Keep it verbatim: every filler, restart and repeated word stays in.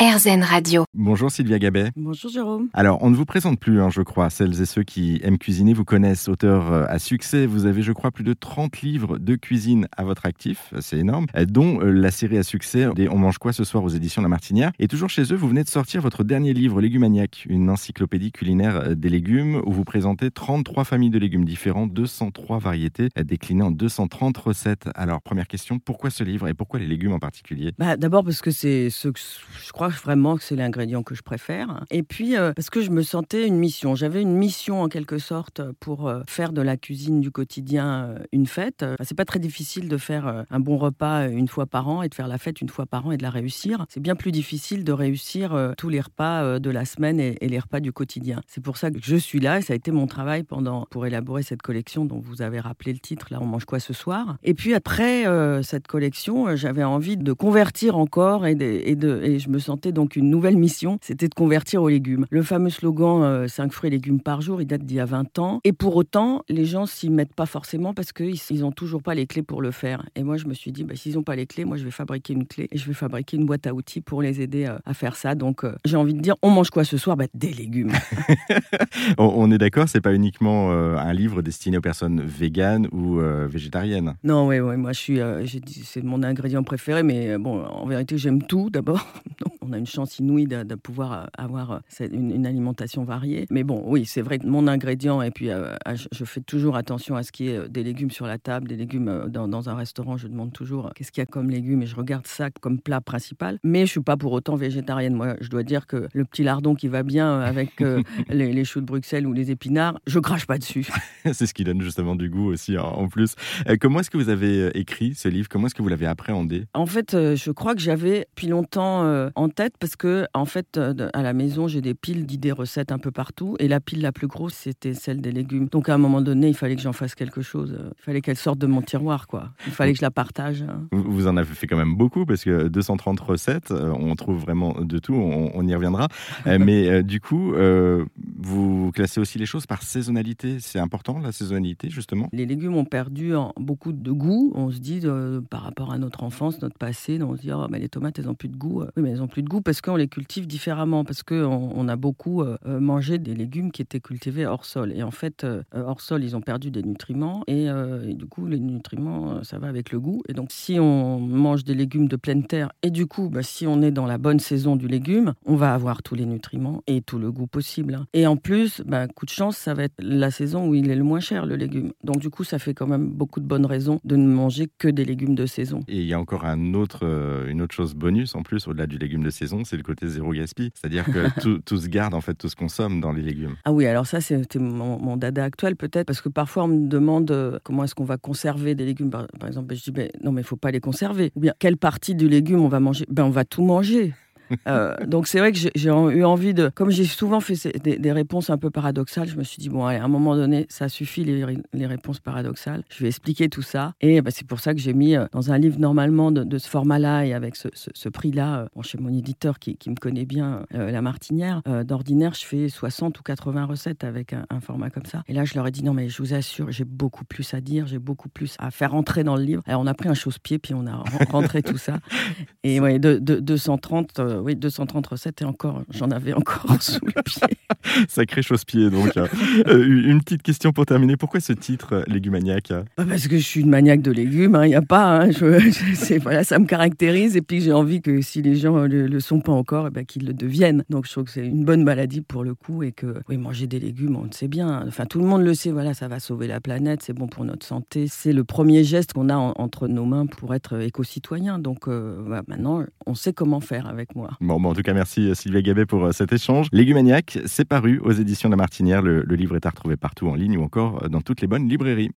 RZN Radio. Bonjour Sylvia Gabet. Bonjour Jérôme. Alors, on ne vous présente plus, hein, je crois. Celles et ceux qui aiment cuisiner vous connaissent. Auteur à succès, vous avez, je crois, plus de trente livres de cuisine à votre actif. C'est énorme. Dont la série à succès « On mange quoi ce soir » aux éditions La Martinière. Et toujours chez eux, vous venez de sortir votre dernier livre, Légumaniac, une encyclopédie culinaire des légumes, où vous présentez trente-trois familles de légumes différents, deux cent trois variétés, déclinées en deux cent trente recettes. Alors, première question, pourquoi ce livre et pourquoi les légumes en particulier ? Bah, d'abord parce que c'est ce que je crois vraiment que c'est l'ingrédient que je préfère. Et puis euh, parce que je me sentais une mission. J'avais une mission en quelque sorte pour euh, faire de la cuisine du quotidien euh, une fête. Enfin, c'est pas très difficile de faire euh, un bon repas une fois par an et de faire la fête une fois par an et de la réussir. C'est bien plus difficile de réussir euh, tous les repas euh, de la semaine et, et les repas du quotidien. C'est pour ça que je suis là et ça a été mon travail pendant pour élaborer cette collection dont vous avez rappelé le titre. Là, on mange quoi ce soir ? Et puis après euh, cette collection, euh, j'avais envie de convertir encore et, de, et, de, et je me sentais donc une nouvelle mission, c'était de convertir aux légumes. Le fameux slogan euh, cinq fruits et légumes par jour, il date d'il y a vingt ans. Et pour autant, les gens s'y mettent pas forcément parce qu'ils n'ont toujours pas les clés pour le faire. Et moi, je me suis dit, bah, s'ils n'ont pas les clés, moi, je vais fabriquer une clé et je vais fabriquer une boîte à outils pour les aider euh, à faire ça. Donc, euh, j'ai envie de dire, on mange quoi ce soir ? Bah, des légumes. On est d'accord, c'est pas uniquement euh, un livre destiné aux personnes véganes ou euh, végétariennes. Non, oui, ouais, moi, je suis, euh, j'ai dit, c'est mon ingrédient préféré, mais euh, bon, en vérité, j'aime tout d'abord. On a une chance inouïe de, de pouvoir avoir une, une alimentation variée. Mais bon, oui, c'est vrai que mon ingrédient, et puis euh, je fais toujours attention à ce qui est des légumes sur la table, des légumes dans, dans un restaurant, je demande toujours qu'est-ce qu'il y a comme légumes et je regarde ça comme plat principal. Mais je ne suis pas pour autant végétarienne. Moi, je dois dire que le petit lardon qui va bien avec euh, les, les choux de Bruxelles ou les épinards, je crache pas dessus. C'est ce qui donne justement du goût aussi, hein, en plus. Euh, comment est-ce que vous avez écrit ce livre ? Comment est-ce que vous l'avez appréhendé ? En fait, euh, je crois que j'avais depuis longtemps euh, en tête parce que, en fait, euh, à la maison, j'ai des piles d'idées recettes un peu partout et la pile la plus grosse, c'était celle des légumes. Donc, à un moment donné, il fallait que j'en fasse quelque chose. Il fallait qu'elle sorte de mon tiroir, quoi. Il fallait que je la partage. Vous, vous en avez fait quand même beaucoup parce que deux cent trente recettes, on trouve vraiment de tout, on, on y reviendra. Mais euh, du coup, euh, vous classez aussi les choses par saisonnalité. C'est important, la saisonnalité, justement ? Les légumes ont perdu en beaucoup de goût. On se dit, euh, par rapport à notre enfance, notre passé, on se dit, oh, mais les tomates, elles n'ont plus de goût. Oui, mais elles n'ont plus de goût parce qu'on les cultive différemment, parce qu'on on a beaucoup euh, mangé des légumes qui étaient cultivés hors sol. Et en fait, euh, hors sol, ils ont perdu des nutriments. Et, euh, et du coup, les nutriments, ça va avec le goût. Et donc, si on mange des légumes de pleine terre, et du coup, bah, si on est dans la bonne saison du légume, on va avoir tous les nutriments et tout le goût possible. Et en plus, bah, coup de chance, ça va être la saison où il est le moins cher, le légume. Donc, du coup, ça fait quand même beaucoup de bonnes raisons de ne manger que des légumes de saison. Et il y a encore un autre, euh, une autre chose bonus, en plus, au-delà du légume de saison, c'est le côté zéro gaspille. C'est-à-dire que tout, tout se garde, en fait, tout se consomme dans les légumes. Ah oui, alors ça, c'était mon, mon dada actuel, peut-être, parce que parfois, on me demande euh, comment est-ce qu'on va conserver des légumes. Par, par exemple, je dis, ben, non, mais il ne faut pas les conserver. Ou bien, quelle partie du légume on va manger ? Ben, on va tout manger. Euh, donc c'est vrai que j'ai, j'ai eu envie de, comme j'ai souvent fait ces, des, des réponses un peu paradoxales, je me suis dit bon allez, à un moment donné ça suffit les, les réponses paradoxales, je vais expliquer tout ça et bah, c'est pour ça que j'ai mis euh, dans un livre normalement de, de ce format-là et avec ce, ce, ce prix-là, euh, bon, chez mon éditeur qui, qui me connaît bien, euh, La Martinière, euh, d'ordinaire je fais soixante ou quatre-vingts recettes avec un, un format comme ça et là je leur ai dit non mais je vous assure j'ai beaucoup plus à dire, j'ai beaucoup plus à faire entrer dans le livre. Alors on a pris un chausse-pied puis on a rentré tout ça et ouais, de, de, deux cent trente euh, oui, deux cent trente recettes et encore, j'en avais encore sous le pied. Sacré chausse-pied, donc. euh, une petite question pour terminer. Pourquoi ce titre, Légumaniac ? Bah parce que je suis une maniaque de légumes, il hein, n'y a pas. Hein, je, je, c'est, voilà, ça me caractérise et puis j'ai envie que si les gens ne le, le sont pas encore, eh ben, qu'ils le deviennent. Donc je trouve que c'est une bonne maladie pour le coup et que oui, manger des légumes, on le sait bien. Enfin, tout le monde le sait, voilà, ça va sauver la planète, c'est bon pour notre santé. C'est le premier geste qu'on a en, entre nos mains pour être éco-citoyen. Donc euh, voilà, maintenant, on sait comment faire avec moi. Bon, bon, en tout cas, merci Sylvia Gabet pour euh, cet échange. Légumaniac, c'est paru aux éditions La Martinière. Le, le livre est à retrouver partout en ligne ou encore dans toutes les bonnes librairies.